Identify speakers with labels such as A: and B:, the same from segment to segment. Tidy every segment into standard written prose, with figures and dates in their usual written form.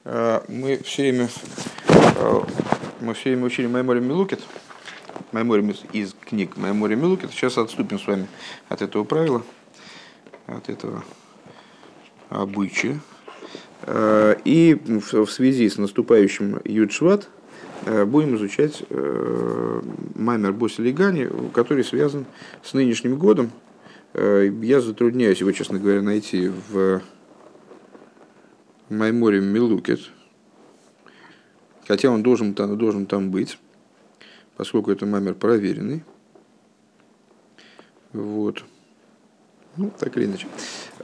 A: Мы все время учили Майморим Милукет, Майморим из книг Майморим Милукет. Сейчас отступим с вами от этого правила, от этого обычая. И в связи с наступающим Юд-Шват будем изучать Маймер Боси Лигани, который связан с нынешним годом. Я затрудняюсь его, честно говоря, найти в Майморим Милукет, хотя он должен там быть, поскольку это маймер проверенный. Вот. Ну, так или иначе.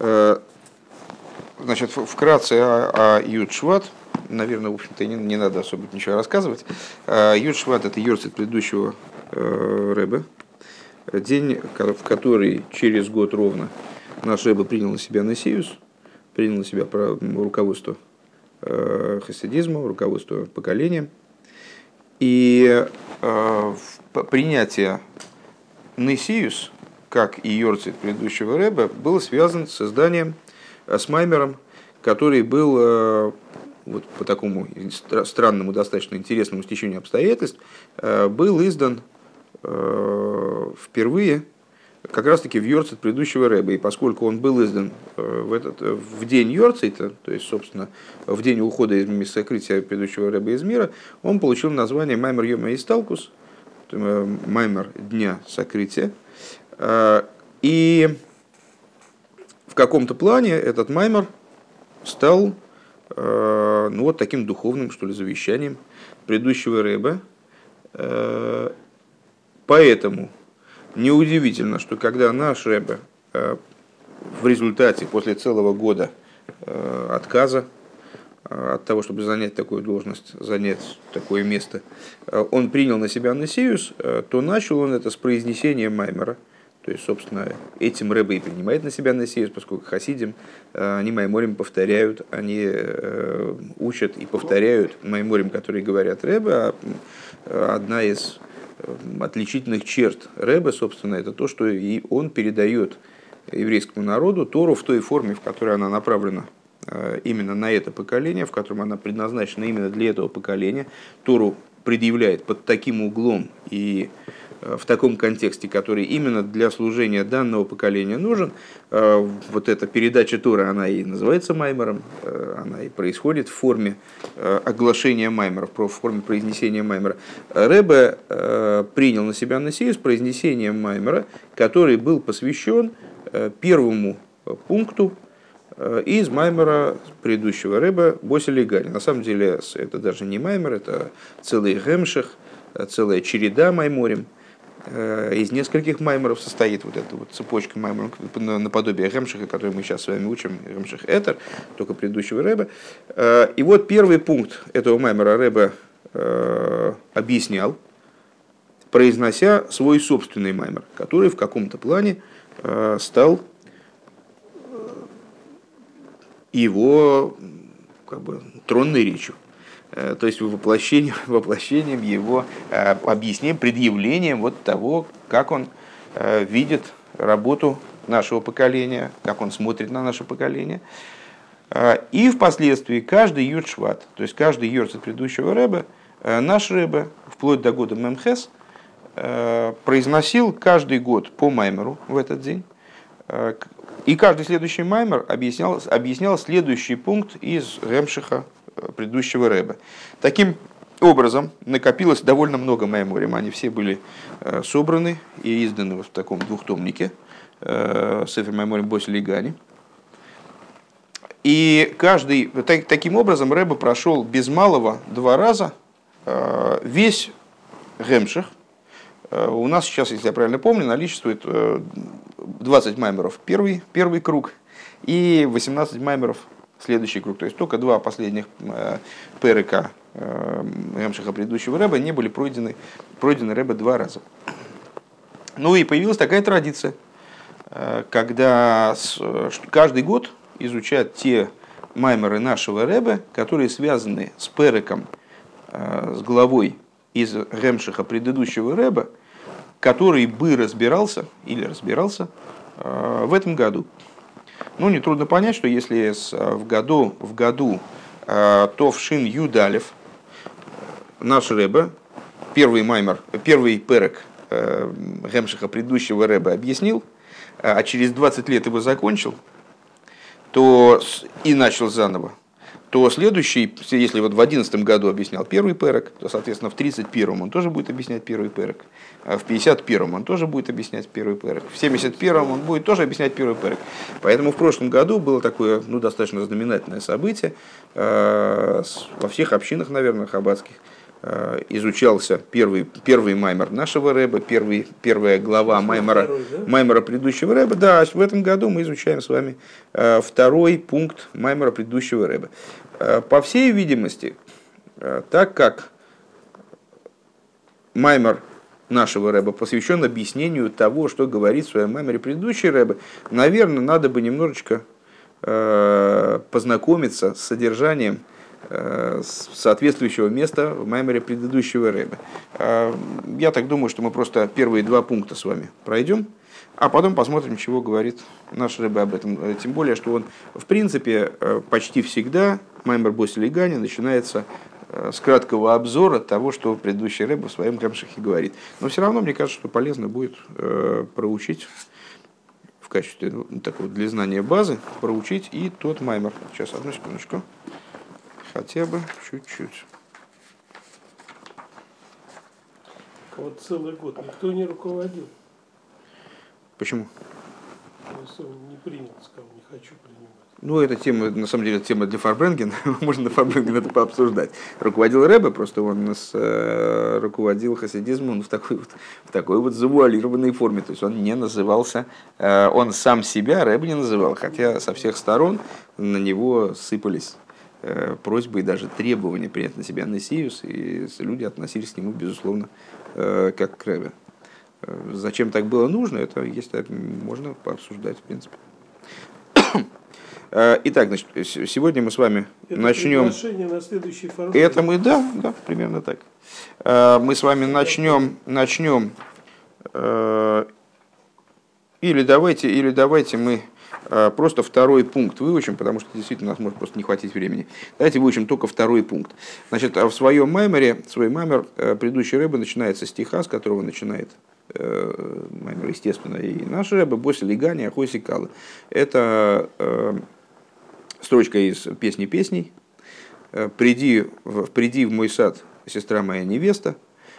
A: Значит, вкратце о Юд-Шват. Наверное, в общем-то, не надо особо ничего рассказывать. Юд-Шват – это йорцейт предыдущего Ребе. День, в который через год ровно наш Ребе принял на себя Несиус, принял на себя руководство хасидизма, руководство поколением. И принятие Несиус, как и йорцейт предыдущего Ребе, было связано с созданием, с маймером, который был, вот по такому странному, достаточно интересному стечению обстоятельств, был издан впервые как раз-таки в йорцейт предыдущего Ребе. И поскольку он был издан в день йорцейта, то есть, собственно, в день ухода из сокрытия предыдущего Ребе из мира, он получил название Маймер Йома Исталкус, Маймер Дня Сокрытия. И в каком-то плане этот маймер стал вот таким духовным, что ли, завещанием предыдущего Ребе. Поэтому неудивительно, что когда наш Ребе в результате, после целого года отказа от того, чтобы занять такую должность, занять такое место, он принял на себя Несиус, то начал он это с произнесения маймера. То есть, собственно, этим Ребе и принимает на себя Несиус, поскольку хасидим, они майморим повторяют, они учат и повторяют майморим, которые говорят Ребе. А одна из отличительных черт Ребе, собственно, это то, что и он передает еврейскому народу Тору в той форме, в которой она направлена именно на это поколение, в котором она предназначена именно для этого поколения. Тору предъявляет под таким углом и в таком контексте, который именно для служения данного поколения нужен. Вот эта передача Торы, она и называется маймером, она и происходит в форме оглашения маймера, в форме произнесения маймера. Ребе принял на себя Несиус произнесением маймера, который был посвящен первому пункту из маймера предыдущего Ребе Боси Лигани. На самом деле это даже не маймер, это целый гемших, целая череда майморим. Из нескольких маймеров состоит вот эта вот цепочка маймеров наподобие гемшиха, который мы сейчас с вами учим, гемших этер, только предыдущего Ребе. И вот первый пункт этого маймера Ребе объяснял, произнося свой собственный маймер, который в каком-то плане стал его как бы тронной речью. То есть воплощением его объяснением, предъявлением вот того, как он видит работу нашего поколения, как он смотрит на наше поколение. И впоследствии каждый Юд-Шват, то есть каждый йорцейт предыдущего Ребе, наш Ребе, вплоть до года Мемхес, произносил каждый год по маймеру в этот день. И каждый следующий маймер объяснял следующий пункт из гемшиха предыдущего Ребе. Таким образом, накопилось довольно много майморим. Они все были собраны и изданы в таком двухтомнике Сефер Майморим Боси Лигани. И таким образом Ребе прошел без малого 2 раза весь гемших. У нас сейчас, если я правильно помню, наличествует 20 маймеров первый круг и 18 маймеров следующий круг. То есть только 2 последних ПРК гемшиха предыдущего Ребе не были пройдены Ребе 2 раза. Ну и появилась такая традиция, когда каждый год изучать те маймеры нашего Ребе, которые связаны с ПРКом, с главой из гемшиха предыдущего Ребе, который бы разбирался в этом году. Ну, нетрудно понять, что если в году Тов Шин Юдалев, наш Ребе, первый маймер, первый перек Гемшиха предыдущего Ребе объяснил, а через 20 лет его закончил, то и начал заново, то следующий, если вот в 11 году объяснял первый перек, то, соответственно, в 31-м он тоже будет объяснять первый перек, а в 51-м он тоже будет объяснять первый перек, в 71-м он будет тоже объяснять первый перек. Поэтому в прошлом году было такое достаточно знаменательное событие во всех общинах, наверное, хаббатских. Изучался первый маймер нашего Ребе, первая глава маймера предыдущего Ребе. Да, в этом году мы изучаем с вами второй пункт маймера предыдущего Ребе. По всей видимости, так как маймер нашего Ребе посвящен объяснению того, что говорит в своем маймере предыдущий Ребе, наверное, надо бы немножечко познакомиться с содержанием соответствующего места в маймере предыдущего Ребе. Я так думаю, что мы просто первые два пункта с вами пройдем, а потом посмотрим, чего говорит наш Ребе об этом. Тем более, что он, в принципе, почти всегда, маймер Боси Лигани, начинается с краткого обзора того, что предыдущий Ребе в своем Гемшихе говорит. Но все равно, мне кажется, что полезно будет проучить в качестве такого для знания базы, проучить и тот маймер. Сейчас, одну секундочку. Хотя бы чуть-чуть.
B: Вот целый год никто не руководил.
A: Почему?
B: Он не принял, сказал, не хочу принимать.
A: Ну, эта тема, на самом деле, тема для Фарбренген. Можно на Фарбренген это пообсуждать. Руководил Ребе, просто он нас руководил хасидизмом в такой вот завуалированной форме. То есть он не назывался, он сам себя Ребе не называл, хотя со всех сторон на него сыпались просьбы и даже требования принять на себя Несиус, и люди относились к нему, безусловно, как к Ребе. Зачем так было нужно, это можно пообсуждать, в принципе. Итак, значит, сегодня мы с вами начнем...
B: На следующий формат.
A: Это мы, да, примерно так. Мы с вами начнем или давайте мы просто второй пункт выучим, потому что действительно у нас может просто не хватить времени. Давайте выучим только второй пункт. Значит, в своем маймере, свой маймер, предыдущий Ребе начинается с стиха, с которого начинает маймер, естественно, и наш Ребе, Боси Лигани, Ахоси Калы. Это строчка из «Песни песней». «Приди в мой сад, сестра моя невеста».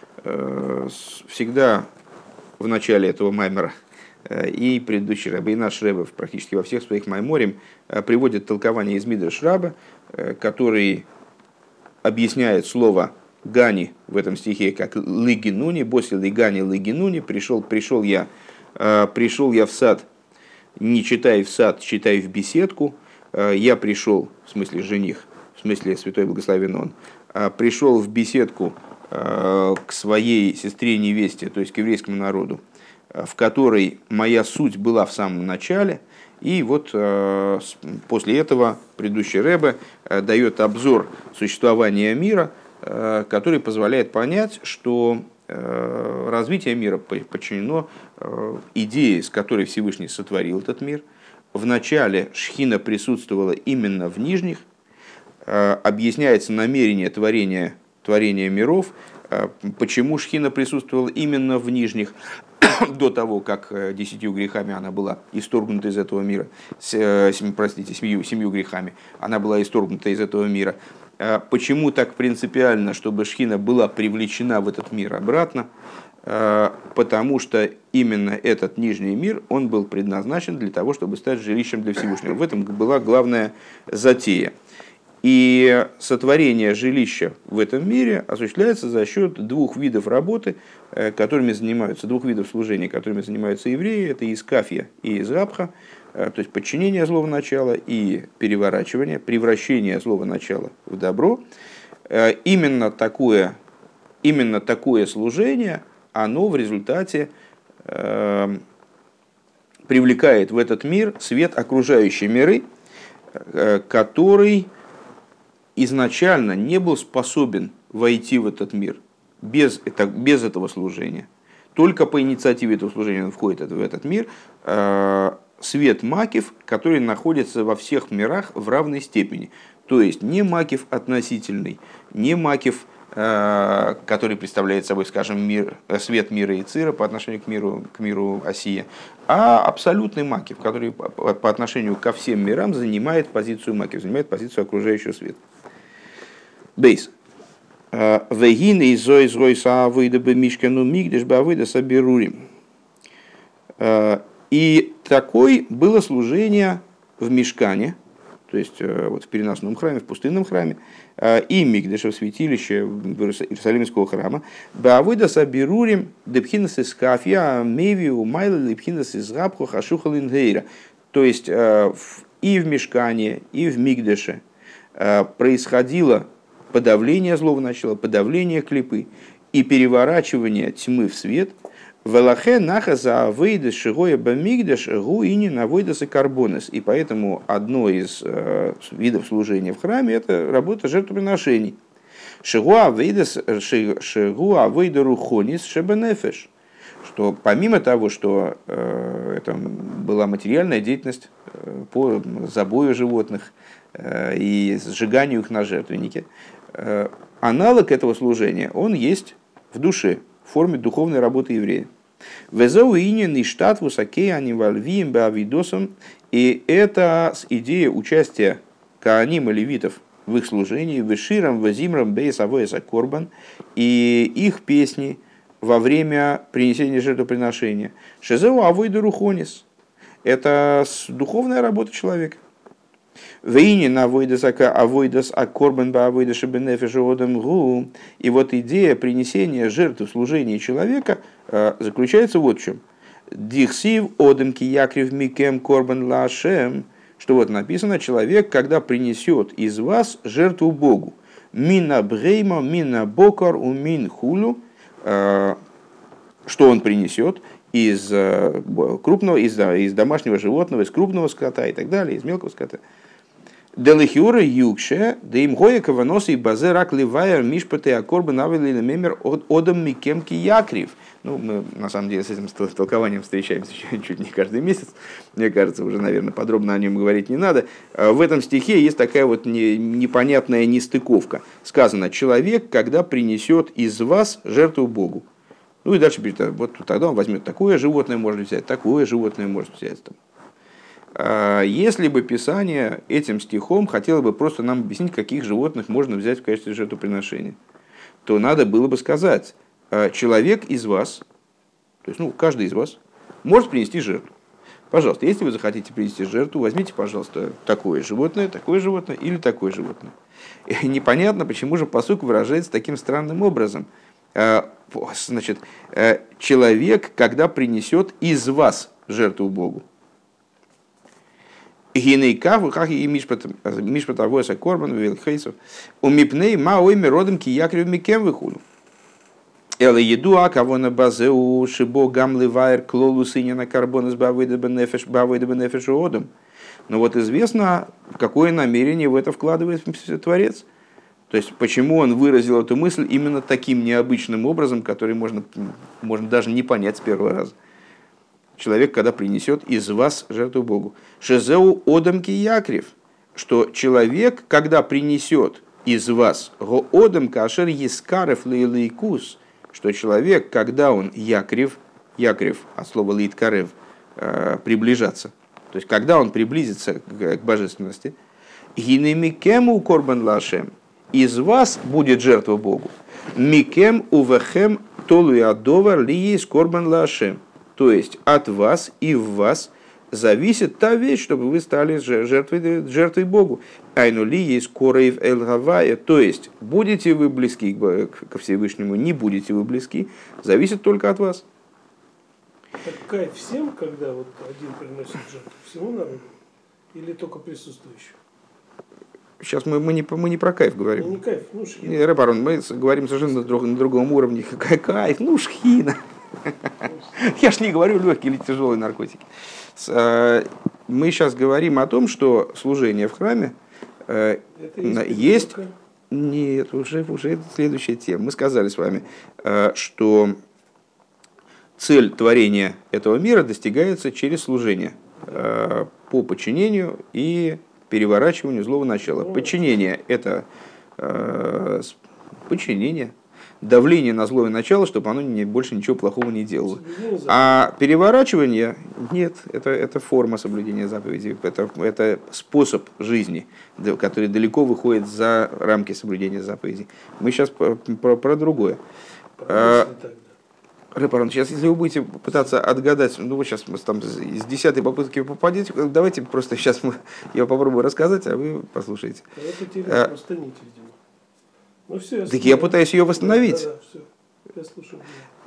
A: Всегда в начале этого маймера и предыдущий Ребе, и наш Ребе практически во всех своих майморим приводит толкование из Мидраш Раба, который объясняет слово «гани» в этом стихе как «лигинуни», «боси лигани лигинуни», пришел я в сад, не читай в сад, читай в беседку, я пришел, в смысле жених, в смысле святой благословен он, пришел в беседку к своей сестре-невесте, то есть к еврейскому народу, в которой моя суть была в самом начале, и вот после этого предыдущий Ребе дает обзор существования мира, который позволяет понять, что развитие мира подчинено идее, с которой Всевышний сотворил этот мир. Вначале Шхина присутствовала именно в нижних, объясняется намерение творения миров, почему Шхина присутствовала именно в нижних, до того, как 10 грехами она была исторгнута из этого мира, семью грехами она была исторгнута из этого мира. Почему так принципиально, чтобы Шхина была привлечена в этот мир обратно? Потому что именно этот нижний мир, он был предназначен для того, чтобы стать жилищем для Всевышнего. В этом была главная затея. И сотворение жилища в этом мире осуществляется за счет двух видов работы, двух видов служения, которыми занимаются евреи. Это искафья и израбха, то есть подчинение злого начала и переворачивание, превращение злого начала в добро. Именно такое служение, оно в результате привлекает в этот мир свет окружающей миры, который изначально не был способен войти в этот мир без этого служения. Только по инициативе этого служения он входит в этот мир. свет макив, который находится во всех мирах в равной степени. То есть не макив относительный, не макив, который представляет собой, скажем, свет мира Ицира по отношению к миру Осия, а абсолютный макив, который по отношению ко всем мирам занимает позицию макив, занимает позицию окружающего света. Бейс. Вегины изой зой саавыда бы мишкану мигдеш бы авыда сабирурим. И такое было служение в Мишкане, то есть вот в переносном храме, в пустынном храме, и Мигдеша, в святилище Иерусалимского храма. Баавыда сабирурим депхинас из кафья мевиу майла лепхинас из габху хашуха лингейра. То есть и в Мишкане, и в Мигдеше происходило подавление злого начала, подавление клипы и переворачивание тьмы в свет. Велахе нахаза авейдес шигоя бамигдеш гуини навойдес и карбонес. И поэтому одно из видов служения в храме — это работа жертвоприношений. Шигуа авейдес шигуа авейдеру хонис шебенефеш. Что помимо того, что это была материальная деятельность по забою животных и сжиганию их на жертвеннике, аналог этого служения, он есть в душе, в форме духовной работы еврея. И это идея участия коаним и левитов в их служении, веширам, вазимрам, бейс, авоэса, корбан, и их песни во время принесения жертвоприношения. Шезеу авойда рухонис. Это духовная работа человека. И вот идея принесения жертв в служении человека заключается вот в чем. Дихсив одемки якрив микем корбан лашем, что вот написано: человек, когда принесет из вас жертву Богу, мина брейма, мина бокар, умин хулю, что он принесет из крупного, из домашнего животного, из крупного скота и так далее, из мелкого скота. Делихюра юкше, да им гоя каваносы и базерак ливайер мишпаты акорбы навели мемер одам микемки якрив. Ну, мы на самом деле с этим толкованием встречаемся чуть не каждый месяц. Мне кажется, уже, наверное, подробно о нем говорить не надо. В этом стихе есть такая вот непонятная нестыковка. Сказано: человек, когда принесет из вас жертву Богу. Ну и дальше говорит: вот тогда он возьмет такое животное, может взять, такое животное может взять. Если бы Писание этим стихом хотело бы просто нам объяснить, каких животных можно взять в качестве жертвоприношения, то надо было бы сказать: человек из вас, то есть каждый из вас, может принести жертву. Пожалуйста, если вы захотите принести жертву, возьмите, пожалуйста, такое животное или такое животное. И непонятно, почему же пасук выражается таким странным образом. Значит, человек, когда принесет из вас жертву Богу. Гинейкаву, как и мишпатавоса корбан вилхейсов, умипней маойми родом киякрив микем выхуду. Эле еду кого на базеу шибо гамли вайр клолу синина карбонас бавыда бенефеш одом. Но вот известно, какое намерение в это вкладывает Творец. То есть, почему он выразил эту мысль именно таким необычным образом, который можно даже не понять с первого раза. Человек, когда принесет из вас жертву Богу. Шезеу одамки якрив, что человек, когда принесет из вас го одам кашер ескарев лейлейкус, что человек, когда он якрив от слова лейткарев, приближаться, то есть когда он приблизится к божественности, гинемикему корбан лашем, из вас будет жертва Богу, микем увехем толуядовар ли есть корбан лашем. То есть от вас и в вас зависит та вещь, чтобы вы стали жертвой Богу. Айнули есть кореев эльгавая, то есть будете вы близки ко Всевышнему, не будете вы близки, зависит только от вас.
B: Так кайф всем, когда вот один приносит жертву, всему народу, или только присутствующим?
A: Сейчас мы не про кайф говорим.
B: Ну, не кайф, шхина.
A: Рэбарон, мы говорим совершенно на другом уровне. Какая кайф, шхина. Я ж не говорю легкие или тяжелые наркотики. Мы сейчас говорим о том, что служение в храме есть... Нет, уже это следующая тема. Мы сказали с вами, что цель творения этого мира достигается через служение. по подчинению и переворачиванию злого начала. Подчинение – это подчинение, давление на злое начало, чтобы оно больше ничего плохого не делало. А переворачивание – нет, это форма соблюдения заповедей, это способ жизни, который далеко выходит за рамки соблюдения заповедей. Мы сейчас про другое. Рэпарон, сейчас, если вы будете пытаться отгадать, ну вы сейчас там с 10-й попытки попадете, давайте просто сейчас я попробую рассказать, а вы послушайте.
B: Я потерял просто нить, видимо. Ну, все,
A: так я пытаюсь ее восстановить.
B: Да, все. Я слушаю.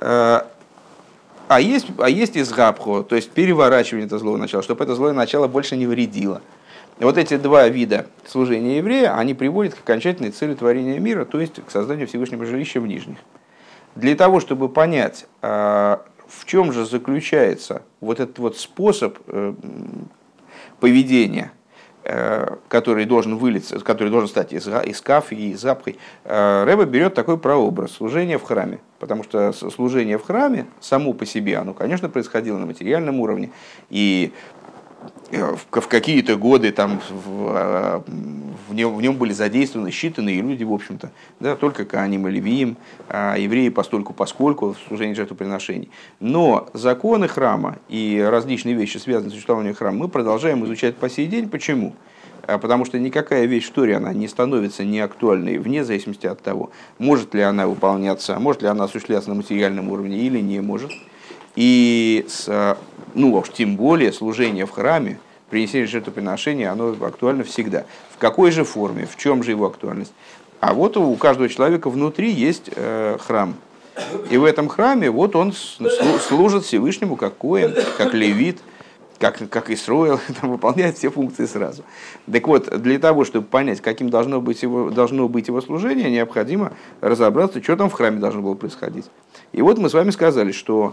A: А есть изгабхо, то есть переворачивание этого злого начала, чтобы это злое начало больше не вредило. И вот эти два вида служения еврея, они приводят к окончательной цели творения мира, то есть к созданию Всевышнего жилища в нижних. Для того, чтобы понять, в чем же заключается вот этот вот способ поведения, который должен вылиться, который должен стать из кафи и запхой, Ребе берет такой прообраз служения в храме. Потому что служение в храме само по себе, оно, конечно, происходило на материальном уровне. И в какие-то годы там в нем были задействованы считанные люди, в общем-то, да, только коаним и левиим, а евреи постольку-поскольку в служении жертвоприношений. Но законы храма и различные вещи, связанные с существованием храма, мы продолжаем изучать по сей день. Почему? Потому что никакая вещь в Торе, она не становится неактуальной, вне зависимости от того, может ли она выполняться, может ли она осуществляться на материальном уровне или не может. И ну уж тем более служение в храме, принесение жертвоприношения, оно актуально всегда. В какой же форме, в чем же его актуальность? А вот у каждого человека внутри есть храм. И в этом храме вот он служит Всевышнему как коэн, как левит, как Исроэл, выполняет все функции сразу. Так вот, для того, чтобы понять, каким должно быть его служение, необходимо разобраться, что там в храме должно было происходить. И вот мы с вами сказали, что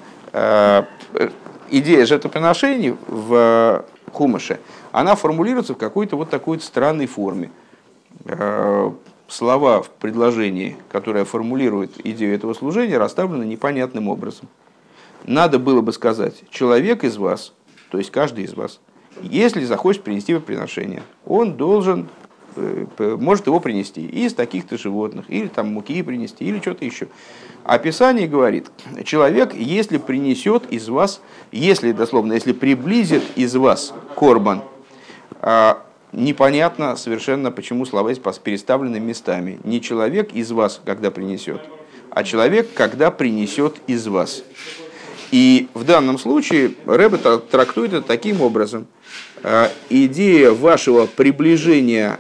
A: идея жертвоприношений в Хумаше, она формулируется в какой-то вот такой странной форме. Слова в предложении, которое формулирует идею этого служения, расставлены непонятным образом. Надо было бы сказать: человек из вас, то есть каждый из вас, если захочет принести приношение, он может его принести из таких-то животных, или там муки принести, или что-то еще. А Писание говорит: человек, если принесет из вас, если приблизит из вас корбан, непонятно совершенно, почему слова здесь переставлены местами. Не человек из вас, когда принесет, а человек, когда принесет из вас. И в данном случае Ребе трактует это таким образом. Идея вашего приближения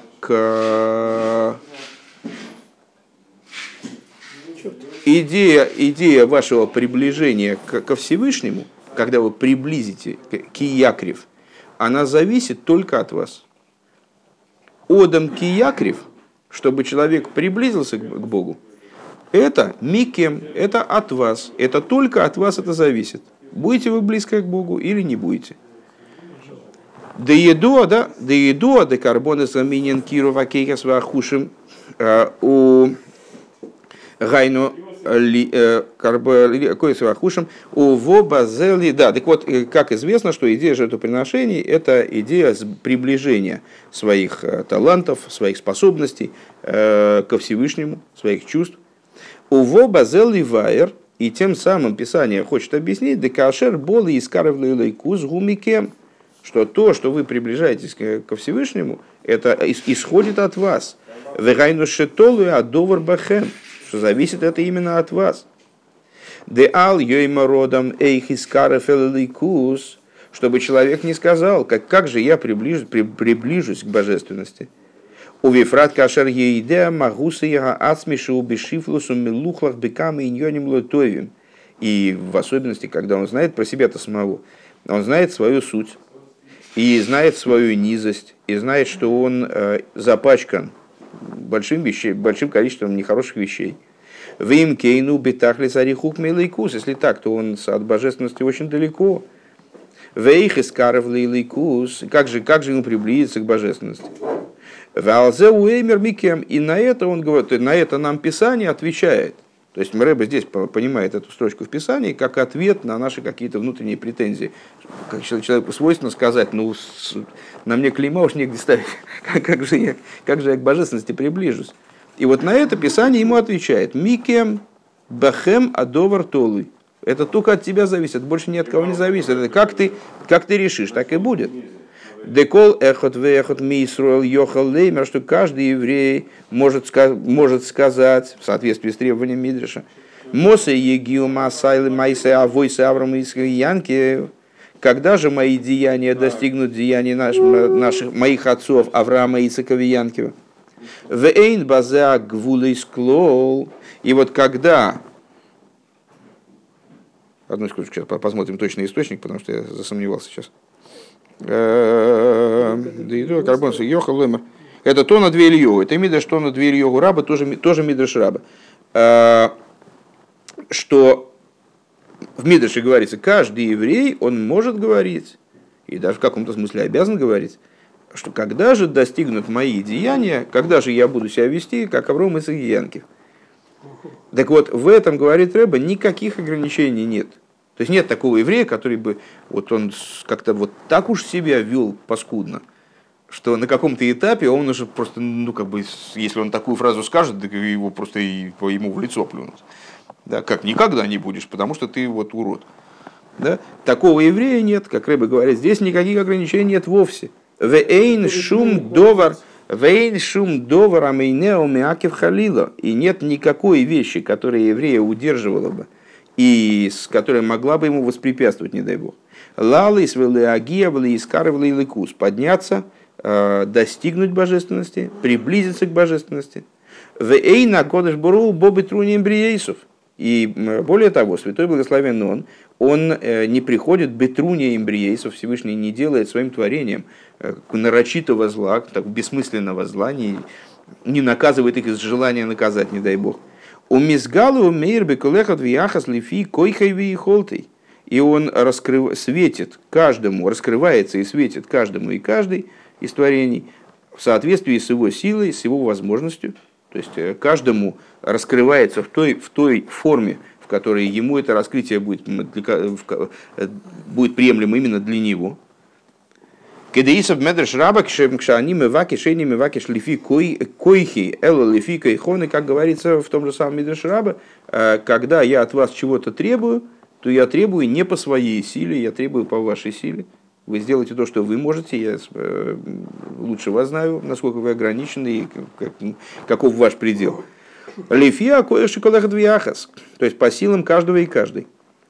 A: идея вашего приближения ко Всевышнему, когда вы приблизите киякрив, она зависит только от вас. Одам киякрив, чтобы человек приблизился к Богу, это микем, это от вас, это только от вас это зависит. Будете вы близко к Богу или не будете. Деедуа, де карбона заменен кирова кейкас вахушим у гайну вахушим у вобазели. Да, так вот, как известно, что идея жертвоприношений – это идея приближения своих талантов, своих способностей ко Всевышнему, своих чувств. У вобазели вайер, и тем самым Писание хочет объяснить, декашер болы искарев лейлайкус гумикем, что то, что вы приближаетесь ко Всевышнему, это исходит от вас. Вегайну шетолу адовар бахем, что зависит это именно от вас. Де ал йоймародам эйх искарев лейлайкус, чтобы человек не сказал, как же я приближусь к божественности. Увифрат кашер еидеа магуса яга ацмишу бешифлусу милухлах бекам и иньоним лотовим. И в особенности, когда он знает про себя-то самого, он знает свою суть, и знает свою низость, и знает, что он запачкан большим количеством нехороших вещей. Вим кейну бетахли царихук мейлайкус. Если так, то он от божественности очень далеко. Вейх искарев лейлайкус. Как же ему приблизиться к божественности? Валзе уэймер микем. И на это он говорит, на это нам Писание отвечает. То есть Рэбе здесь понимает эту строчку в Писании как ответ на наши какие-то внутренние претензии. Как человеку свойственно сказать, ну, на мне клейма уж негде ставить, как же я к божественности приближусь. И вот на это Писание ему отвечает: «Микем бахем адовар толуй». Это только от тебя зависит, больше ни от кого не зависит. Это как ты решишь, так и будет. Декол эхот вехот ми Исруэл йохал леймер, что каждый еврей может сказать в соответствии с требованием Мидраша: Мосе егиу масайлы майсе авойсе Авраама Ицхака Янки. Когда же мои деяния достигнут деяний моих отцов Авраама Ицхака Янкива? Вейн база гвулей склол. И вот когда... Одну секундочку, сейчас посмотрим точный источник, потому что я засомневался сейчас. Это Тона две Ильёву. Это Мидраш Тона две Ильёву раба, тоже Мидраш раба. Что в Мидраше говорится, каждый еврей, он может говорить, и даже в каком-то смысле обязан говорить, что когда же достигнут мои деяния, когда же я буду себя вести, как Авраам Ицхак Янкив. Так вот, в этом, говорит Рэбе, никаких ограничений нет. То есть нет такого еврея, который бы вот он как-то вот так уж себя вел паскудно, что на каком-то этапе он уже просто, ну как бы, если он такую фразу скажет, так его просто и по ему в лицо плюнут. Да, как никогда не будешь, потому что ты вот урод. Да? Такого еврея нет, как Рэбе говорит, здесь никаких ограничений нет вовсе. Вейн шум довар амейнео меакев халила. И нет никакой вещи, которая еврея удерживала бы, и с которой могла бы ему воспрепятствовать, не дай бог. Лалис велеагия велеискар велеиликус. Подняться, достигнуть божественности, приблизиться к божественности. Вейна кодыш буру бобы труни эмбриейсов. И более того, святой благословен он не приходит бетруния эмбриейсов, Всевышний не делает своим творением нарочитого зла, так, бессмысленного зла, не наказывает их из желания наказать, не дай бог. У мизгалу мейр бекулехат вияхас лифи койхай виихолтой. И он светит каждому, раскрывается и светит каждому и каждой из творений в соответствии с его силой, с его возможностью. То есть каждому раскрывается в той форме, в которой ему это раскрытие будет приемлемо именно для него. Кедеисов медреш раба кшани меваки шейни меваки шлифи койхи эло лифи койхоны, как говорится в том же самом медреш раба, когда я от вас чего-то требую, то я требую не по своей силе, я требую по вашей силе. Вы сделаете то, что вы можете, я лучше вас знаю, насколько вы ограничены и каков ваш предел. Лифия коеши колехат вияхас, то есть по силам каждого и каждой.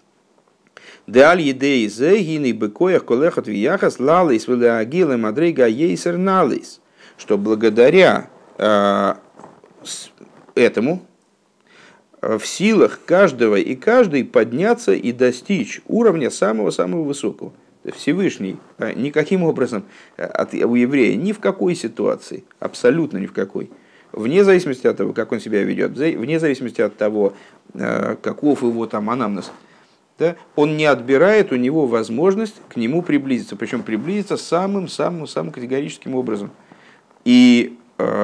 A: Деаль едей зегины бекоях колехат вияхас лалис велеагилы мадрейга ейсер налис, что благодаря этому в силах каждого и каждой подняться и достичь уровня самого-самого высокого. Всевышний никаким образом у еврея ни в какой ситуации, абсолютно ни в какой, вне зависимости от того, как он себя ведет, вне зависимости от того, каков его там анамнез, да, он не отбирает у него возможность к нему приблизиться, причем приблизиться самым категорическим образом. И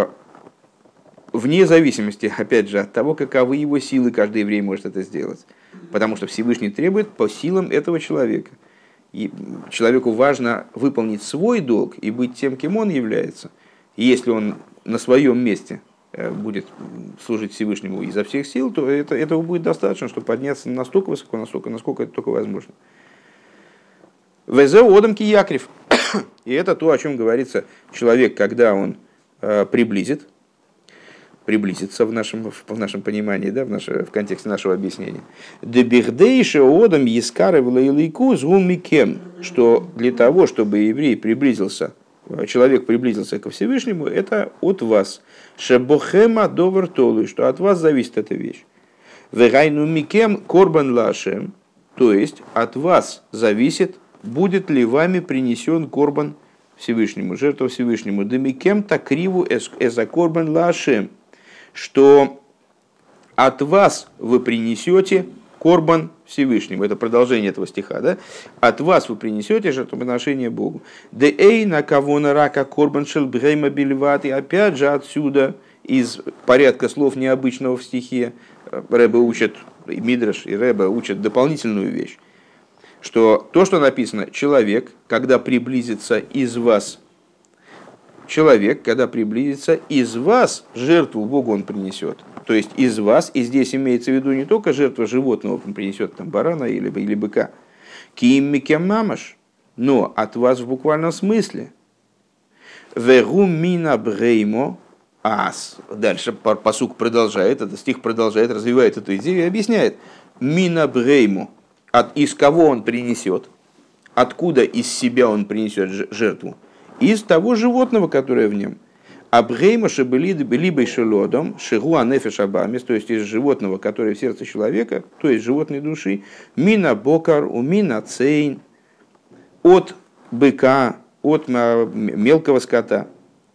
A: вне зависимости, опять же, от того, каковы его силы, каждый еврей может это сделать. Потому что Всевышний требует по силам этого человека. И человеку важно выполнить свой долг и быть тем, кем он является. И если он на своем месте будет служить Всевышнему изо всех сил, то этого будет достаточно, чтобы подняться настолько высоко, насколько это только возможно. Везе одам ки якрив. И это то, о чем говорится человек, когда он приблизится в нашем понимании, да, в контексте нашего объяснения. Дебихдейше одам ескары влейлику зумикем, что для того, чтобы еврей человек приблизился ко Всевышнему, это от вас. Шебохема довар толы, что от вас зависит эта вещь. Вегайну микем корбан лашем, то есть от вас зависит, будет ли вами принесен корбан Всевышнему, жертва Всевышнему. Демикем такриву эза корбан лашем, что от вас вы принесете корбан Всевышнему. Это продолжение этого стиха, да? От вас вы принесете жертвоприношение Богу. Де эй на кого на рака корбан шел бгейма бельват. И опять же отсюда из порядка слов необычного в стихе. Ребе учат, Мидраш и Ребе учат дополнительную вещь, что то, что написано, человек, когда приблизится из вас, жертву Богу он принесет. То есть из вас, и здесь имеется в виду не только жертва животного, он принесет там барана или быка, киммике мамаш, но от вас в буквальном смысле. Вегу мина бреймо ас. Дальше пасук продолжает, этот стих продолжает, развивает эту идею и объясняет. Мина бреймо. Из кого он принесет? Откуда из себя он принесет жертву? Из того животного, которое в нем. А бреймо шебели либо шелодом, шигу анефеш абамис, то есть из животного, которое в сердце человека, то есть животной души, мина бокар, у мина цейн, от быка, от мелкого скота.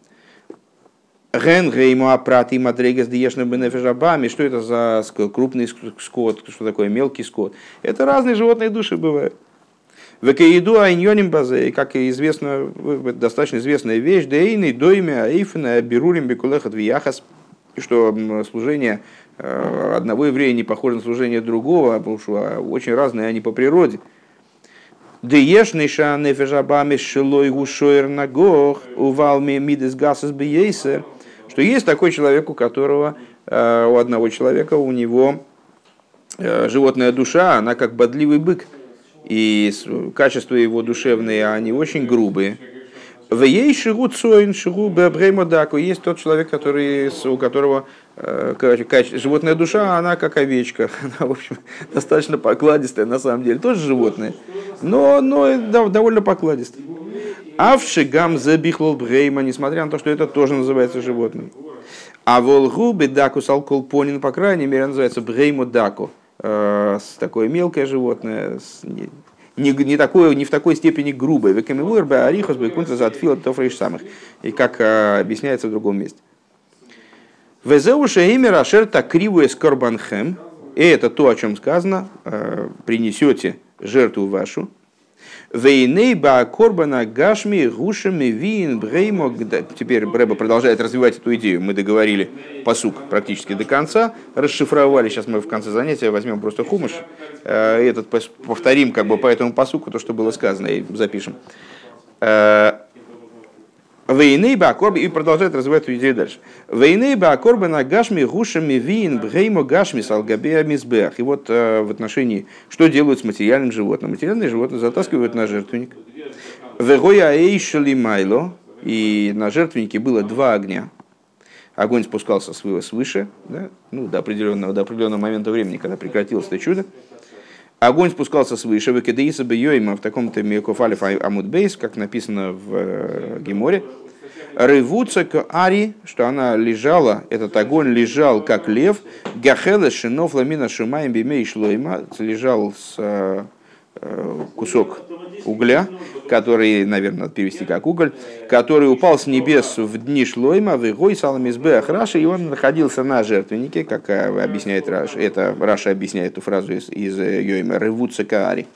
A: Ген геймо апрат и мадрегас диешна бенефеш абамис, что это за крупный скот, что такое мелкий скот. Это разные животные души бывают. Векаиду айньоним базе, как известно, достаточно известная вещь, дейный дойме аифна берурим бекулехат вияхас, что служение одного еврея не похоже на служение другого, потому что очень разные они по природе. Деешный ша нефежабами шилой гушойр нагох увалми мидес гасас биейсер, что есть такой человек, у которого, у одного человека, у него животная душа, она как бодливый бык. И качества его душевные, они очень грубые. Есть тот человек, у которого животная душа, она как овечка. Она, в общем, достаточно покладистая на самом деле. Тоже животное, но довольно покладистая. Авшигам забихлол брейма, несмотря на то, что это тоже называется животным. А волгубы даку салколпонин, по крайней мере, называется бреймо даку. Такое мелкое животное, не в такой степени грубое. И как объясняется в другом месте. И это то, о чем сказано, принесете жертву вашу. Теперь Рэбе продолжает развивать эту идею. Мы договорили пасук практически до конца, расшифровали. Сейчас мы в конце занятия возьмем просто хумаш. Этот повторим как бы по этому пасуку то, что было сказано, и запишем. И продолжает развивать эту идею дальше. И вот в отношении, что делают с материальным животным. Материальное животное затаскивают на жертвенник. И на жертвеннике было два огня. Огонь спускался свыше, да? До определенного момента времени, когда прекратилось это чудо. Огонь спускался свыше, в таком-то Мекофалиф Амудбейс, как написано в Геморе. Рывутся к Ари, что она лежала, этот огонь лежал как лев. Гахелес шинов ламина шумаем бимей шлойма, лежал с кусок угля, который, наверное, надо перевести как уголь, который упал с небес в дни шлойма, в игой саламизбеах Раши, и он находился на жертвеннике, как объясняет Раши. Это Раша объясняет эту фразу из Йойма, рывутся к Ари.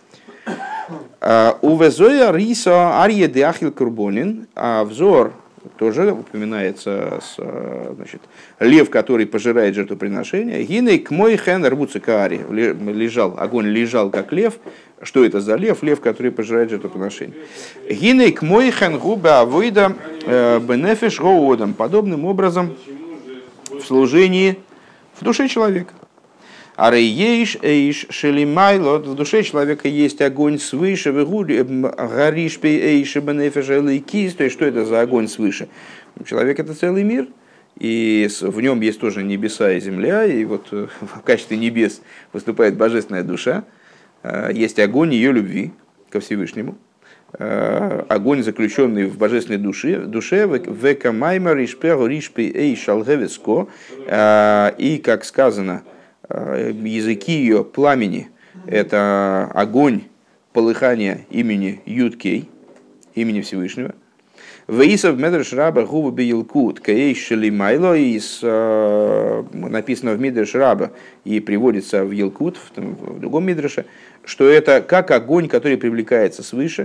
A: Увезоя риса арье де ахил курбонин, а взор тоже упоминается, значит, лев, который пожирает жертвоприношение. Гиней к мой хен рвутся каари. Огонь лежал как лев. Что это за лев? Лев, который пожирает жертвоприношение. Гиней к мой хен губа авойда бенефиш гоодом. Подобным образом в служении в душе человека. А рейеш эйш шелимайло, в душе человека есть огонь свыше, гориш пей эйш бенефиш элейкис, то есть что это за огонь свыше? Человек — это целый мир, и в нем есть тоже небеса и земля, и вот в качестве небес выступает божественная душа, есть огонь ее любви ко Всевышнему, огонь, заключенный в божественной душе, векамаймер ришпе гориш пей эйш алгевеско, и как сказано, языки ее пламени – это огонь полыхания имени Юд-Кей, имени Всевышнего. Веисов Медреш Раба губы бейлкут каэйш шелимайло, написано в Мидреш Раба и приводится в Елкут, в другом Мидреше, что это как огонь, который привлекается свыше.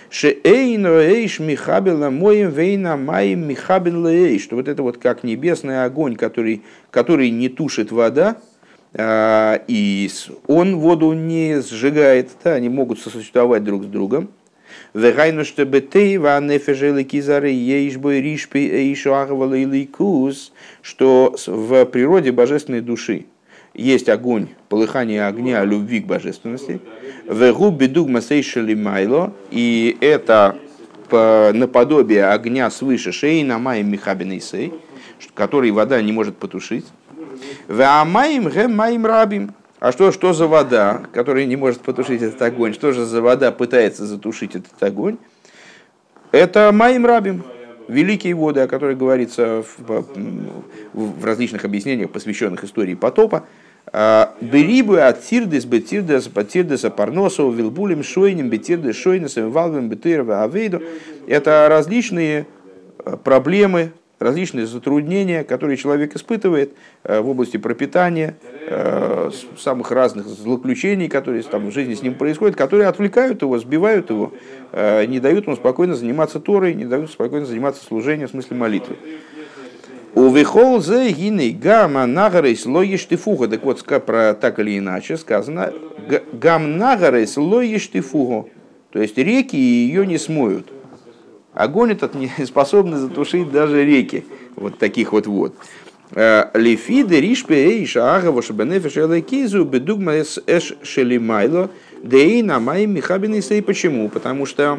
A: Шеэйн эйш михабела моем вейна маем михабел эйш, что вот это вот как небесный огонь, который не тушит вода, и он воду не сжигает, да, они могут сосуществовать друг с другом. Вегайну чтобы ты ва нефежелы кизары ейш бой ришпи эйшу агвала или кус, что в природе божественной души есть огонь, полыхание огня любви к божественности. Вегу бедугма сейшели майло, и это наподобие огня свыше шейна маем михабиной сей, который вода не может потушить. Веамаим гэм маим рабим. А что за вода, которая не может потушить этот огонь? Что же за вода пытается затушить этот огонь? Это маим рабим, великие воды, о которых говорится в различных объяснениях, посвященных истории потопа. Берибу от тирдес, бетирдес, потирдеса парносу, вилбулем, шойнем, бетирдес, шойнесом, валвем, бетырва, авейду. Это различные проблемы, различные затруднения, которые человек испытывает в области пропитания, самых разных злоключений, которые там в жизни с ним происходят, которые отвлекают его, сбивают его, не дают ему спокойно заниматься Торой, не дают спокойно заниматься служением, в смысле молитвы. У вихол зе гиней гамма нагарейс лоиш тифуга. Так вот, так или иначе сказано, гам нагарейс лоиш тифуга. То есть реки ее не смоют. Огонь этот не способен затушить даже реки, вот таких вот вод. Лефиде ришпе эйша агава шабенефеш элайкизу бедугма эш шелимайло дейна маим михабиной сей. Почему? Потому что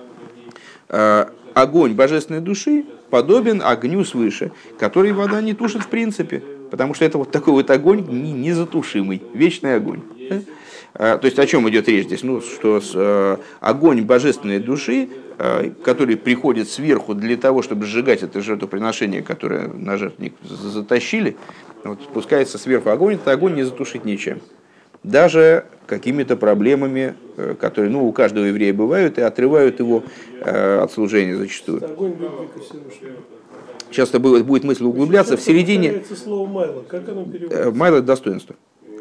A: огонь божественной души подобен огню свыше, который вода не тушит в принципе, потому что это вот такой вот огонь незатушимый, вечный огонь. То есть о чем идет речь здесь? Ну, что огонь божественной души, который приходит сверху для того, чтобы сжигать это жертвоприношение, которое на жертвенник затащили, вот, спускается сверху огонь, это огонь не затушить ничем. Даже какими-то проблемами, которые у каждого еврея бывают, и отрывают его от служения зачастую. Часто будет мысль углубляться. В середине...
B: Слово «майло». Как оно переводится?
A: «Майло» — это достоинство.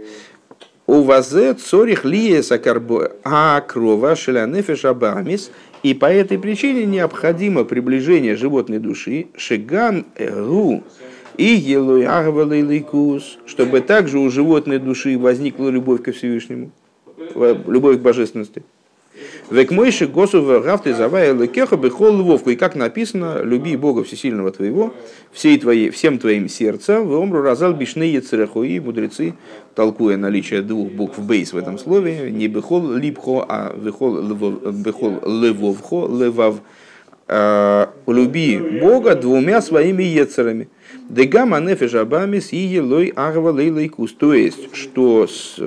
A: У вазе цорих лиеса акрова шелянефеш абамис, и по этой причине необходимо приближение животной души шигам ру и елой агвалейликус, чтобы также у животной души возникла любовь ко Всевышнему, любовь к божественности. Век мойши госу гафты завая лекеха бехол львовку, и как написано, люби Бога Всесильного твоего всем твоим сердцем, в омру разал бишные церехуи, мудрецы, толкуя наличие двух букв бейс в этом слове, не бехол липхо, а бехол левовхо, левав, люби Бога двумя своими ецерами. Дегама нефежабамис и елой агва лейлайкус. То есть, что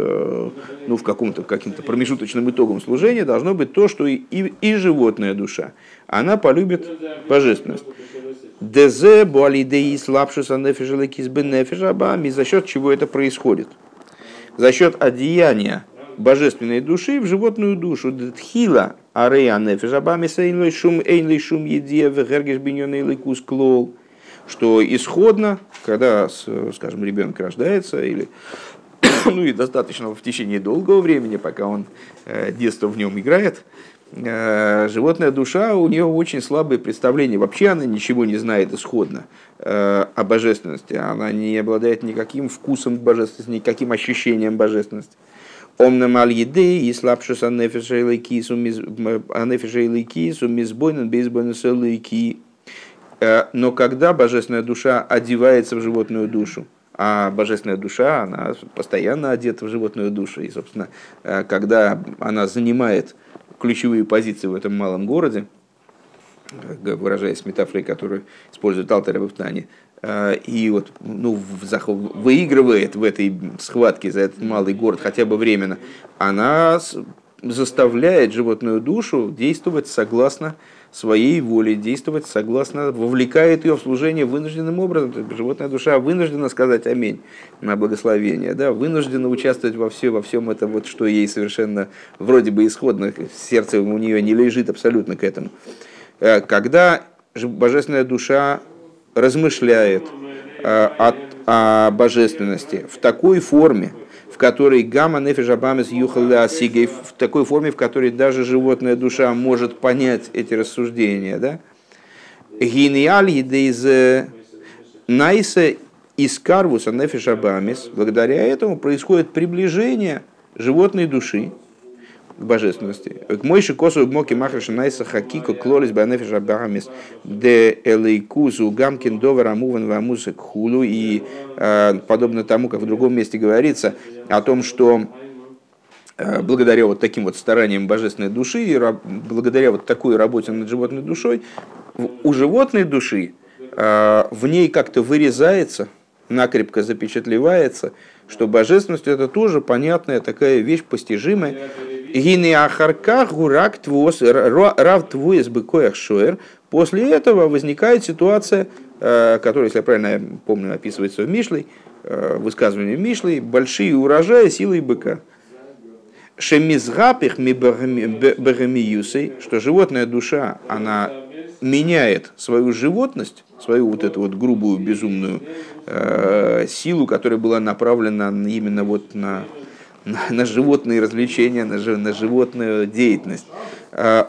A: в каким-то промежуточным итогом служения должно быть то, что и животная душа, она полюбит божественность. Дезе буалидеи слабшуса нефежалайкис бен нефежабами. За счет чего это происходит? За счет одеяния божественной души в животную душу. Дтхила арея нефежабами сейнлой шум едия вегергеш биньон эйлайкус клол. Что исходно, когда, скажем, ребенок рождается, или и достаточно в течение долгого времени, пока он детство в нем играет, животная душа, у нее очень слабые представления. Вообще она ничего не знает исходно о божественности. Она не обладает никаким вкусом божественности, никаким ощущением божественности. Омнам аль-еды и слабшуся нефешейлый кису мизбойнен бейсбойнен селыки. Но когда божественная душа одевается в животную душу, а божественная душа, она постоянно одета в животную душу, и, собственно, когда она занимает ключевые позиции в этом малом городе, выражаясь метафорой, которую использует Алтер Ребе в Тане, и вот, выигрывает в этой схватке за этот малый город хотя бы временно, она заставляет животную душу действовать согласно своей воле, действовать согласно, вовлекает ее в служение вынужденным образом. Животная душа вынуждена сказать аминь на благословение, да, вынуждена участвовать во всем этом, вот, что ей совершенно вроде бы исходно, сердце у нее не лежит абсолютно к этому. Когда божественная душа размышляет, о божественности в такой форме, в которой гамма нефеш абамес юхалля асигей, в такой форме, в которой даже животная душа может понять эти рассуждения, да? Гениаль едейз найса из карвуса нефеш абамес, благодаря этому происходит приближение животной души к божественности. К мойши косу гмоки махраша найса хакико клорис банефиш абамес де элейкузу гамкин довар амуван вамусек хулу. И подобно тому, как в другом месте говорится о том, что благодаря вот таким вот стараниям божественной души и благодаря вот такой работе над животной душой, у животной души в ней как-то вырезается, накрепко запечатлевается, что божественность это тоже понятная такая вещь, постижимая. После этого возникает ситуация, которая, если я правильно помню, описывается в Мишлей, высказывании Мишлей, большие урожаи силой быка. Шемизгапих ми бегамиюсей, что животная душа, она меняет свою животность, свою вот эту вот грубую, безумную силу, которая была направлена именно вот на животные развлечения, на животную деятельность. Она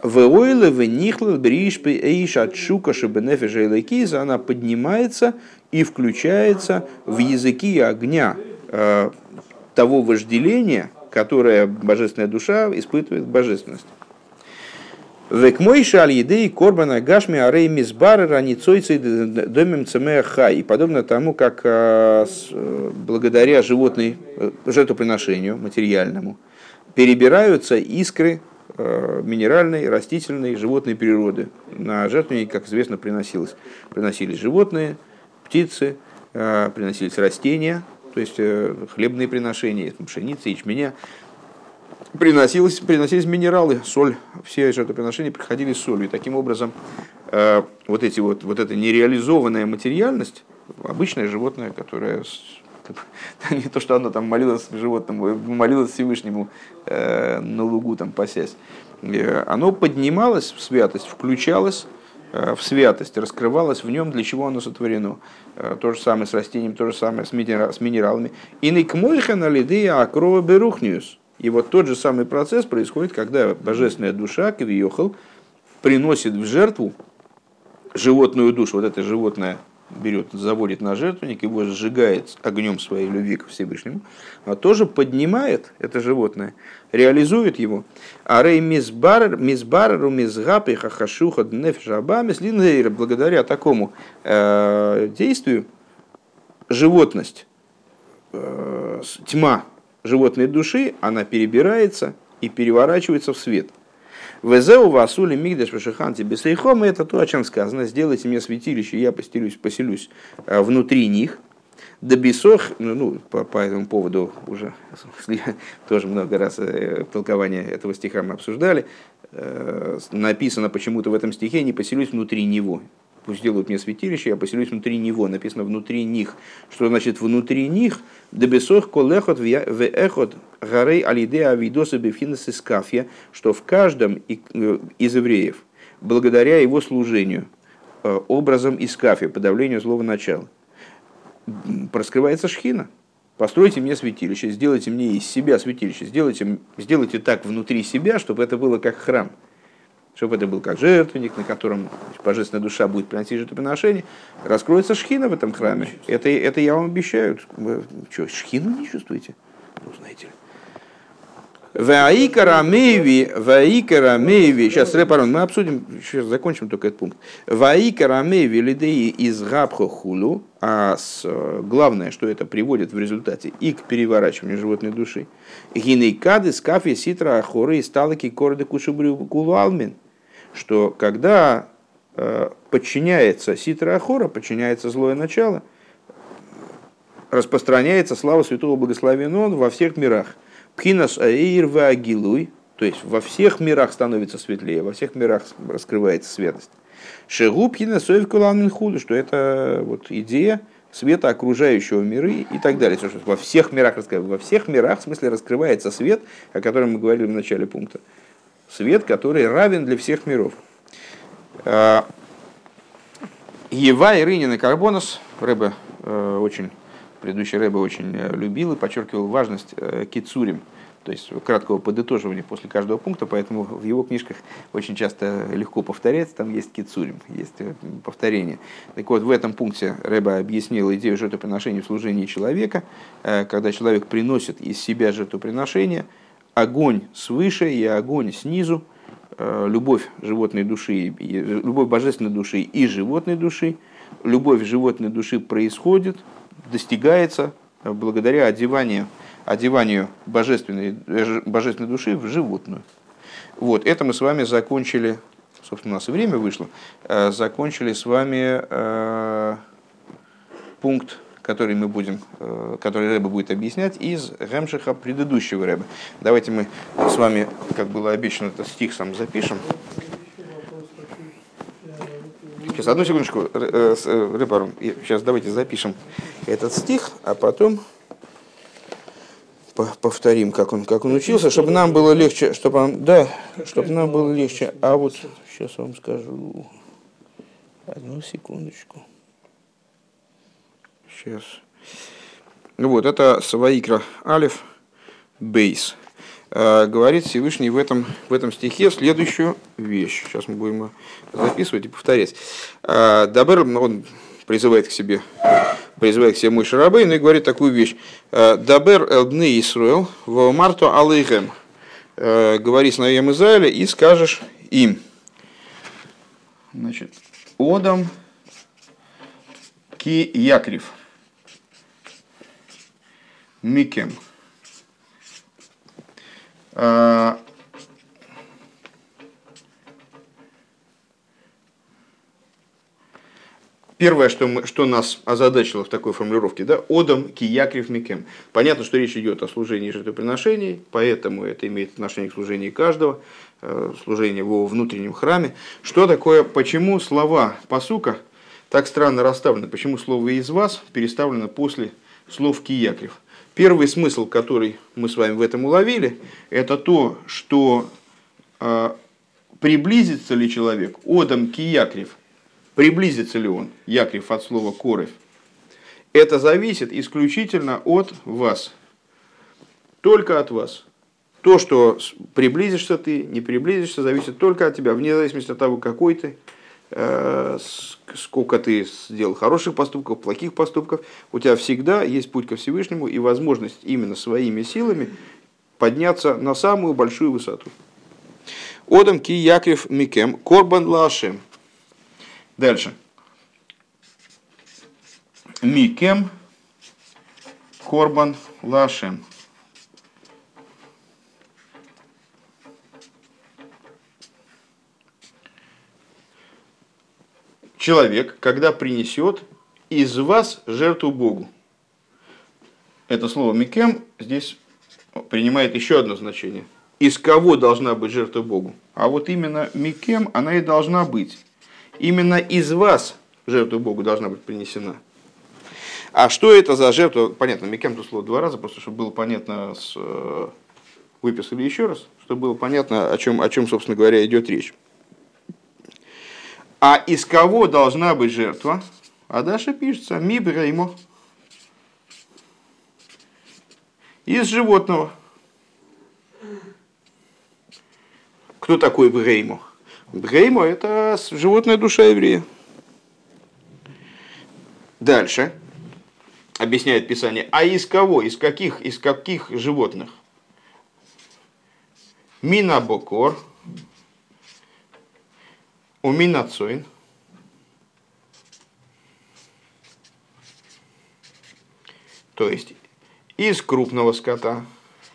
A: поднимается и включается в языки огня того вожделения, которое божественная душа испытывает божественность. Век мой шаль едей корбана гашми арей мизбар раницойцей домем цемеха. И подобно тому, как благодаря жертвоприношению материальному перебираются искры минеральной, растительной, животной природы. На жертвенник, как известно, приносились животные, птицы, приносились растения, то есть хлебные приношения, пшеница, ячменя. Приносились минералы, соль. Все жертвоприношения приходили с солью. И таким образом вот эта нереализованная материальность, обычное животное, которое не то, что оно там молилось животному, молилось Всевышнему на лугу там пасясь, оно поднималось в святость, включалось в святость, раскрывалось в нем, для чего оно сотворено. То же самое с растением, то же самое с минералами. И никмойхан алидея акрова берухниус. И вот тот же самый процесс происходит, когда божественная душа, кавиохал, приносит в жертву животную душу. Вот это животное берет, заводит на жертвенник, его сжигает огнем своей любви к Всевышнему, а тоже поднимает это животное, реализует его. Арей мизбареру мизгапи хахашуха днефшаба мислинейра. Благодаря такому действию животность, тьма животной души, она перебирается и переворачивается в свет. Везеу васули мигдаш вашиханти бесейхом, это то, о чем сказано: сделайте мне святилище, я поселюсь внутри них. Дабисох, по этому поводу уже тоже много раз толкование этого стиха мы обсуждали. Написано почему-то в этом стихе: не поселюсь внутри него. Пусть сделают мне святилище, я поселюсь внутри него. Написано внутри них. Что значит внутри них? Дебесох колехот веэхот гарей алиде авидоса бифхинес искафья, что в каждом из евреев, благодаря его служению, образом искафья, подавлению злого начала, раскрывается шхина. Постройте мне святилище, сделайте мне из себя святилище, сделайте так внутри себя, чтобы это было как храм. Чтобы это был как жертвенник, на котором божественная душа будет приносить жертвоприношение, раскроется шхина в этом храме. Это я вам обещаю. Вы что, шхину не чувствуете? Ну, знаете ли. Ваикара Мейви, сейчас репарон, мы обсудим, сейчас закончим только этот пункт. Ваикара Мейви лидеи из габхо хулу, а главное, что это приводит в результате и к переворачиванию животной души. Гинейкады скафи ситра ахоры и сталки корды кушубрю кулуалмин. Что когда подчиняется ситра ахора, подчиняется злое начало, распространяется слава святого благословенного во всех мирах. Пхинас аир ваагилуй, то есть во всех мирах становится светлее, во всех мирах раскрывается светость. Шегу пхинас оев куланмин худу, что это вот идея света окружающего миры и так далее. Что во всех мирах раскрывается. Во всех мирах, в смысле, раскрывается свет, о котором мы говорили в начале пункта. Свет, который равен для всех миров. Ева и Рынина Карбонос, Рэбе очень, предыдущий рэбе очень любил и подчеркивал важность кицурим, то есть краткого подытоживания после каждого пункта, поэтому в его книжках очень часто легко повторяется, там есть кицурим, есть повторение. Так вот, в этом пункте рэбе объяснил идею жертвоприношения в служении человека, когда человек приносит из себя жертвоприношение, огонь свыше и огонь снизу, любовь животной души, любовь божественной души и животной души, любовь животной души происходит, достигается благодаря одеванию божественной души в животную. Вот, это мы с вами закончили, собственно, у нас и время вышло, закончили с вами пункт, который Рэбе будет объяснять из Гемшиха предыдущего Рэбе. Давайте мы с вами, как было обещано, этот стих сам запишем. Сейчас, одну секундочку, Рэбе, сейчас давайте запишем этот стих, а потом повторим, как он учился, чтобы нам было легче, чтобы нам было легче. А вот сейчас вам скажу. Одну секундочку. Сейчас. Вот, это Ваикра Алеф Бейс. Говорит Всевышний в этом стихе следующую вещь. Сейчас мы будем записывать и повторять. Дабер, он призывает к себе Моше Рабейну и говорит такую вещь. Дабер элбны Исруэл ваомарто алейхем. Говори сыновьям Израиля и скажешь им. Значит, Одам ки якрив. Микем. Первое, что нас озадачило в такой формулировке, да, «Одам ки якрив микем». Понятно, что речь идет о служении жертвоприношений, поэтому это имеет отношение к служению каждого, служению во внутреннем храме. Что такое, почему слова пасука так странно расставлены, почему слово «из вас» переставлено после слов «ки якрив»? Первый смысл, который мы с вами в этом уловили, это то, что приблизится ли человек, «Одам ки якрив», приблизится ли он, якрив от слова корев, это зависит исключительно от вас. Только от вас. То, что приблизишься ты, не приблизишься, зависит только от тебя, вне зависимости от того, какой ты, сколько ты сделал хороших поступков, плохих поступков. У тебя всегда есть путь ко Всевышнему и возможность именно своими силами подняться на самую большую высоту. Одам ки якрив микем корбан лашем. Дальше. Микем корбан лашем. Человек, когда принесет из вас жертву Богу. Это слово микем здесь принимает еще одно значение. Из кого должна быть жертва Богу? А вот именно микем она и должна быть. Именно из вас жертва Богу должна быть принесена. А что это за жертва? Понятно, микем тут слово два раза, просто чтобы было понятно, выписали еще раз, чтобы было понятно, о чем, собственно говоря, идет речь. А из кого должна быть жертва? А дальше пишется ми бреймо. Из животного. Кто такой бреймо? Бреймо – это животная душа еврея. Дальше объясняет Писание. А из кого? Из каких животных? Мина бокор, умина цойн. То есть из крупного скота.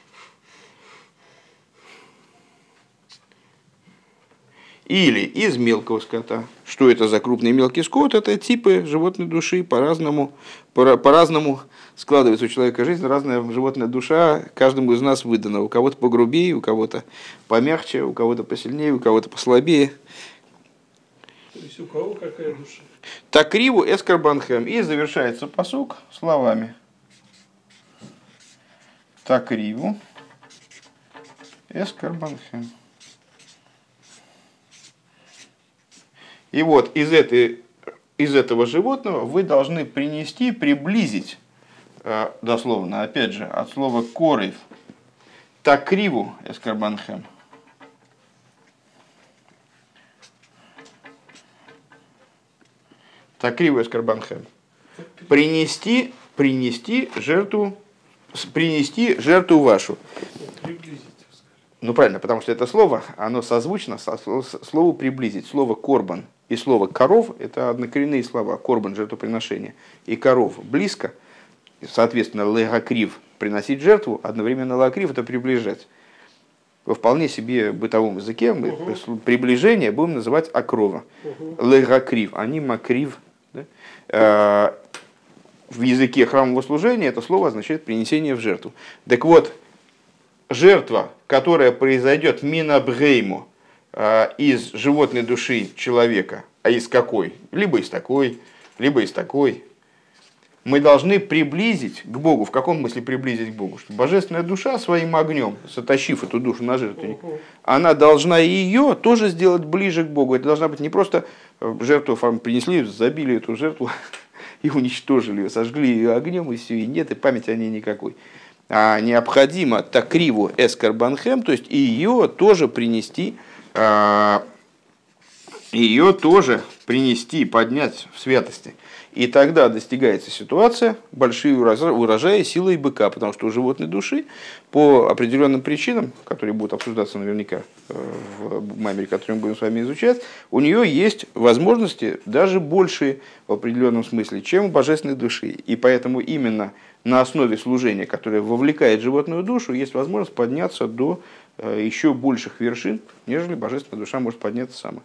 A: Или из мелкого скота. Что это за крупный и мелкий скот? Это типы животной души по-разному складывается у человека жизнь. Разная животная душа каждому из нас выдана. У кого-то погрубее, у кого-то помягче, у кого-то посильнее, у кого-то послабее.
B: То есть у кого какая душа?
A: Такриву эскарбанхэм. И завершается пасук словами. Такриву эскарбанхэм. И вот из этой из этого животного вы должны принести, приблизить, дословно, опять же, от слова корев, такриву эскарбанхем. Такриву эскарбанхем. Принести жертву вашу. Ну правильно, потому что это слово, оно созвучно слову приблизить. Слово корбан и слово коров – это однокоренные слова. Корбан – жертвоприношение. И коров – близко. Соответственно, легакрив – приносить жертву, одновременно легакрив – это приближать. Во вполне себе бытовом языке мы приближение будем называть акрова. Легакрив, а не макрив. Да? В языке храмового служения это слово означает принесение в жертву. Так вот, жертва, которая произойдет минабгейму, из животной души человека, а из какой? Либо из такой, либо из такой. Мы должны приблизить к Богу. В каком смысле приблизить к Богу? Что божественная душа своим огнем, сотащив эту душу на жертвенник, она должна ее тоже сделать ближе к Богу. Это должна быть не просто жертву, принесли, забили эту жертву и уничтожили ее, сожгли ее огнем, и все, и нет, и памяти о ней никакой. А необходимо такриву эскарбанхем, то есть ее тоже принести, поднять в святости. И тогда достигается ситуация, большие урожаи силой быка, потому что у животной души по определенным причинам, которые будут обсуждаться наверняка в маймере, который мы будем с вами изучать, у нее есть возможности даже большие в определенном смысле, чем у божественной души. И поэтому именно на основе служения, которое вовлекает животную душу, есть возможность подняться до еще больших вершин, нежели божественная душа может подняться сама.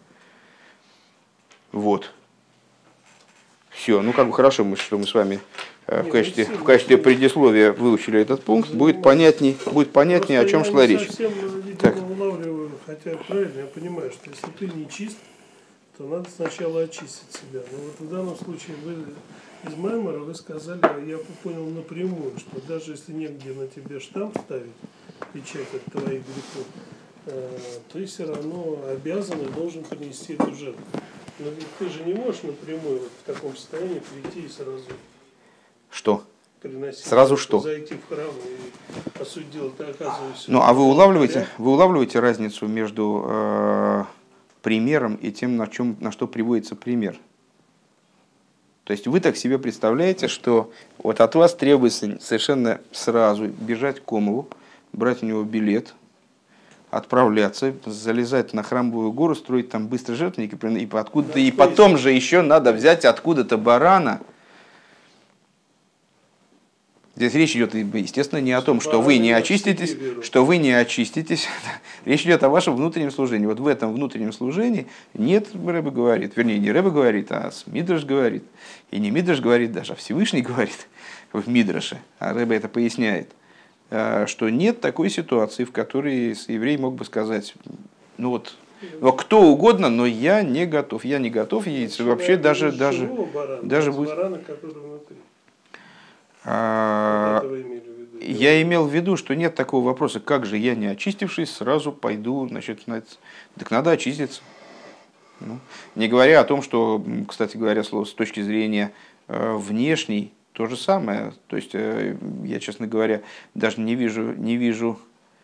A: Вот. Все, ну как бы хорошо, что мы с вами в качестве предисловия выучили этот пункт, будет понятней, о чем шла речь.
B: Я совсем, видимо, улавливаю, хотя правильно, я понимаю, что если ты не чист, то надо сначала очистить себя. Но вот в данном случае вы из маймора вы сказали, я понял напрямую, что даже если негде на тебе штамп ставить, печать от твоих грехов, ты все равно обязан и должен принести эту жертву. Но ведь ты же не можешь напрямую вот в таком состоянии прийти и сразу...
A: Что?
B: Приносить,
A: сразу что?
B: Зайти в храм и, по сути дела, ты оказываешься...
A: Ну, а вы улавливаете разницу между примером и тем, на что приводится пример? То есть вы так себе представляете, что вот от вас требуется совершенно сразу бежать к Комову, брать у него билет, отправляться, залезать на Храмовую гору, строить там быстро жертвенники, и потом же еще надо взять откуда-то барана. Здесь речь идет, естественно, не о том, что вы не очиститесь, Речь идет о вашем внутреннем служении. Вот в этом внутреннем служении нет, Ребе говорит, вернее, не Ребе говорит, а Мидраш говорит. И не Мидраш говорит даже, а Всевышний говорит в Мидраше. А Ребе это поясняет. Что нет такой ситуации, в которой еврей мог бы сказать, ну вот, кто угодно, но я не готов. Я не готов, и вообще даже будет...
B: Барана, который внутри.
A: Я имел в виду, что нет такого вопроса, как же я, не очистившись, сразу пойду, так надо очиститься. Ну, не говоря о том, что, кстати говоря, слово с точки зрения внешней, то же самое. То есть, я, честно говоря, даже не вижу,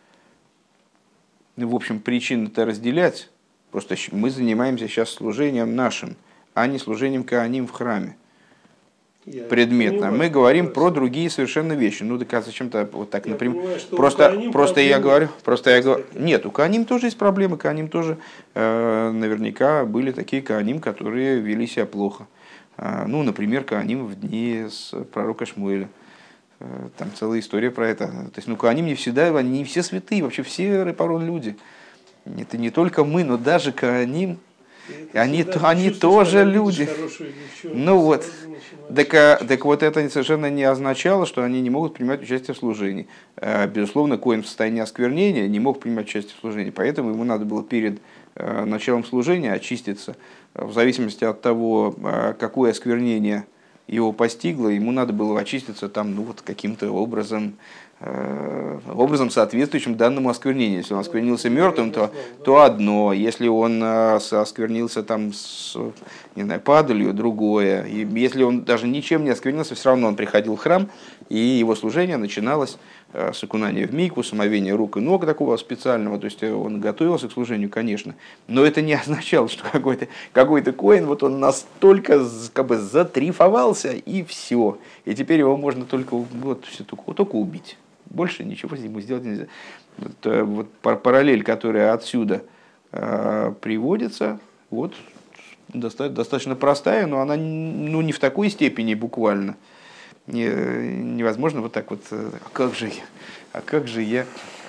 A: в общем, причин это разделять. Просто мы занимаемся сейчас служением нашим, а не служением коаним в храме. Предметно. Мы говорим про другие совершенно вещи. Ну, так а зачем-то вот так, например. Просто я говорю. Нет, у коаним тоже есть проблемы. Коаним тоже наверняка были такие коаним, которые вели себя плохо. Ну, например, коаним в дни с пророка Шмуэля. Там целая история про это. То есть, коаним не всегда, они не все святые, вообще все порой люди. Это не только мы, но даже коаним. Они тоже люди. Ну вот. Так вот это совершенно не означало, что они не могут принимать участие в служении. Безусловно, коэн в состоянии осквернения не мог принимать участие в служении, поэтому ему надо было перед началом служения очиститься в зависимости от того, какое осквернение его постигло, ему надо было очиститься там, ну, вот каким-то образом, соответствующим данному осквернению. Если он осквернился мертвым, то одно. Если он осквернился там с, не знаю, падалью, другое. И если он даже ничем не осквернился, все равно он приходил в храм, и его служение начиналось с окунания в микву, с омовения рук и ног такого специального. То есть он готовился к служению, конечно. Но это не означало, что какой-то коэн, вот он настолько как бы затрифовался, и все. И теперь его можно только убить. Больше ничего ему сделать нельзя. Вот параллель, которая отсюда приводится, вот, достаточно простая, но она ну, не в такой степени буквально. Невозможно вот так вот, как же я,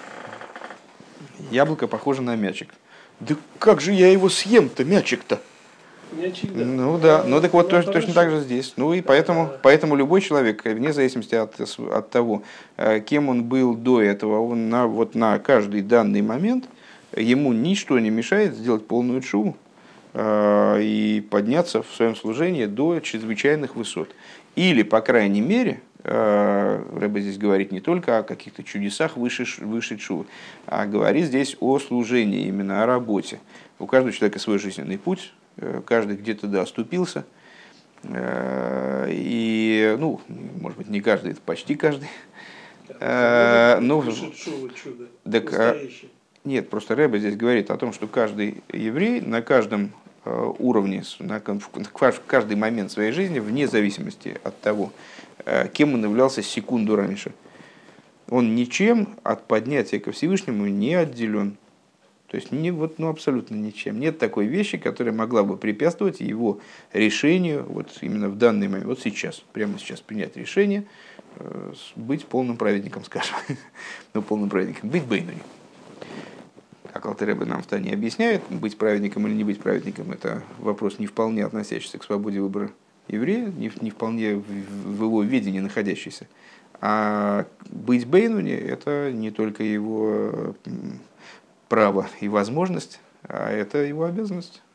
A: яблоко похоже на мячик. Да как же я его съем-то, мячик-то?
B: Мячик, да.
A: Ну да, ну так вот точно так же здесь. Ну и поэтому любой человек, вне зависимости от того, кем он был до этого, он на каждый данный момент, ему ничто не мешает сделать полную тшуву и подняться в своем служении до чрезвычайных высот. Или, по крайней мере, Рэбе здесь говорит не только о каких-то чудесах высшей тшувы, а говорит здесь о служении, именно о работе. У каждого человека свой жизненный путь, каждый где-то оступился. И, ну, может быть, не каждый, это почти каждый. Нет, просто Рэбе здесь говорит о том, что каждый еврей на каждом уровне, в каждый момент своей жизни, вне зависимости от того, кем он являлся секунду раньше, он ничем от поднятия ко Всевышнему не отделен. То есть абсолютно ничем. Нет такой вещи, которая могла бы препятствовать его решению вот именно в данный момент, вот сейчас, прямо сейчас принять решение, быть полным праведником, скажем. Полным праведником, быть бейнуни. Как Алтер Ребе нам в Тане объясняет, быть праведником или не быть праведником, это вопрос не вполне относящийся к свободе выбора еврея, не вполне в его ведении находящийся. А быть бейнуни – это не только его право и возможность, а это его обязанность.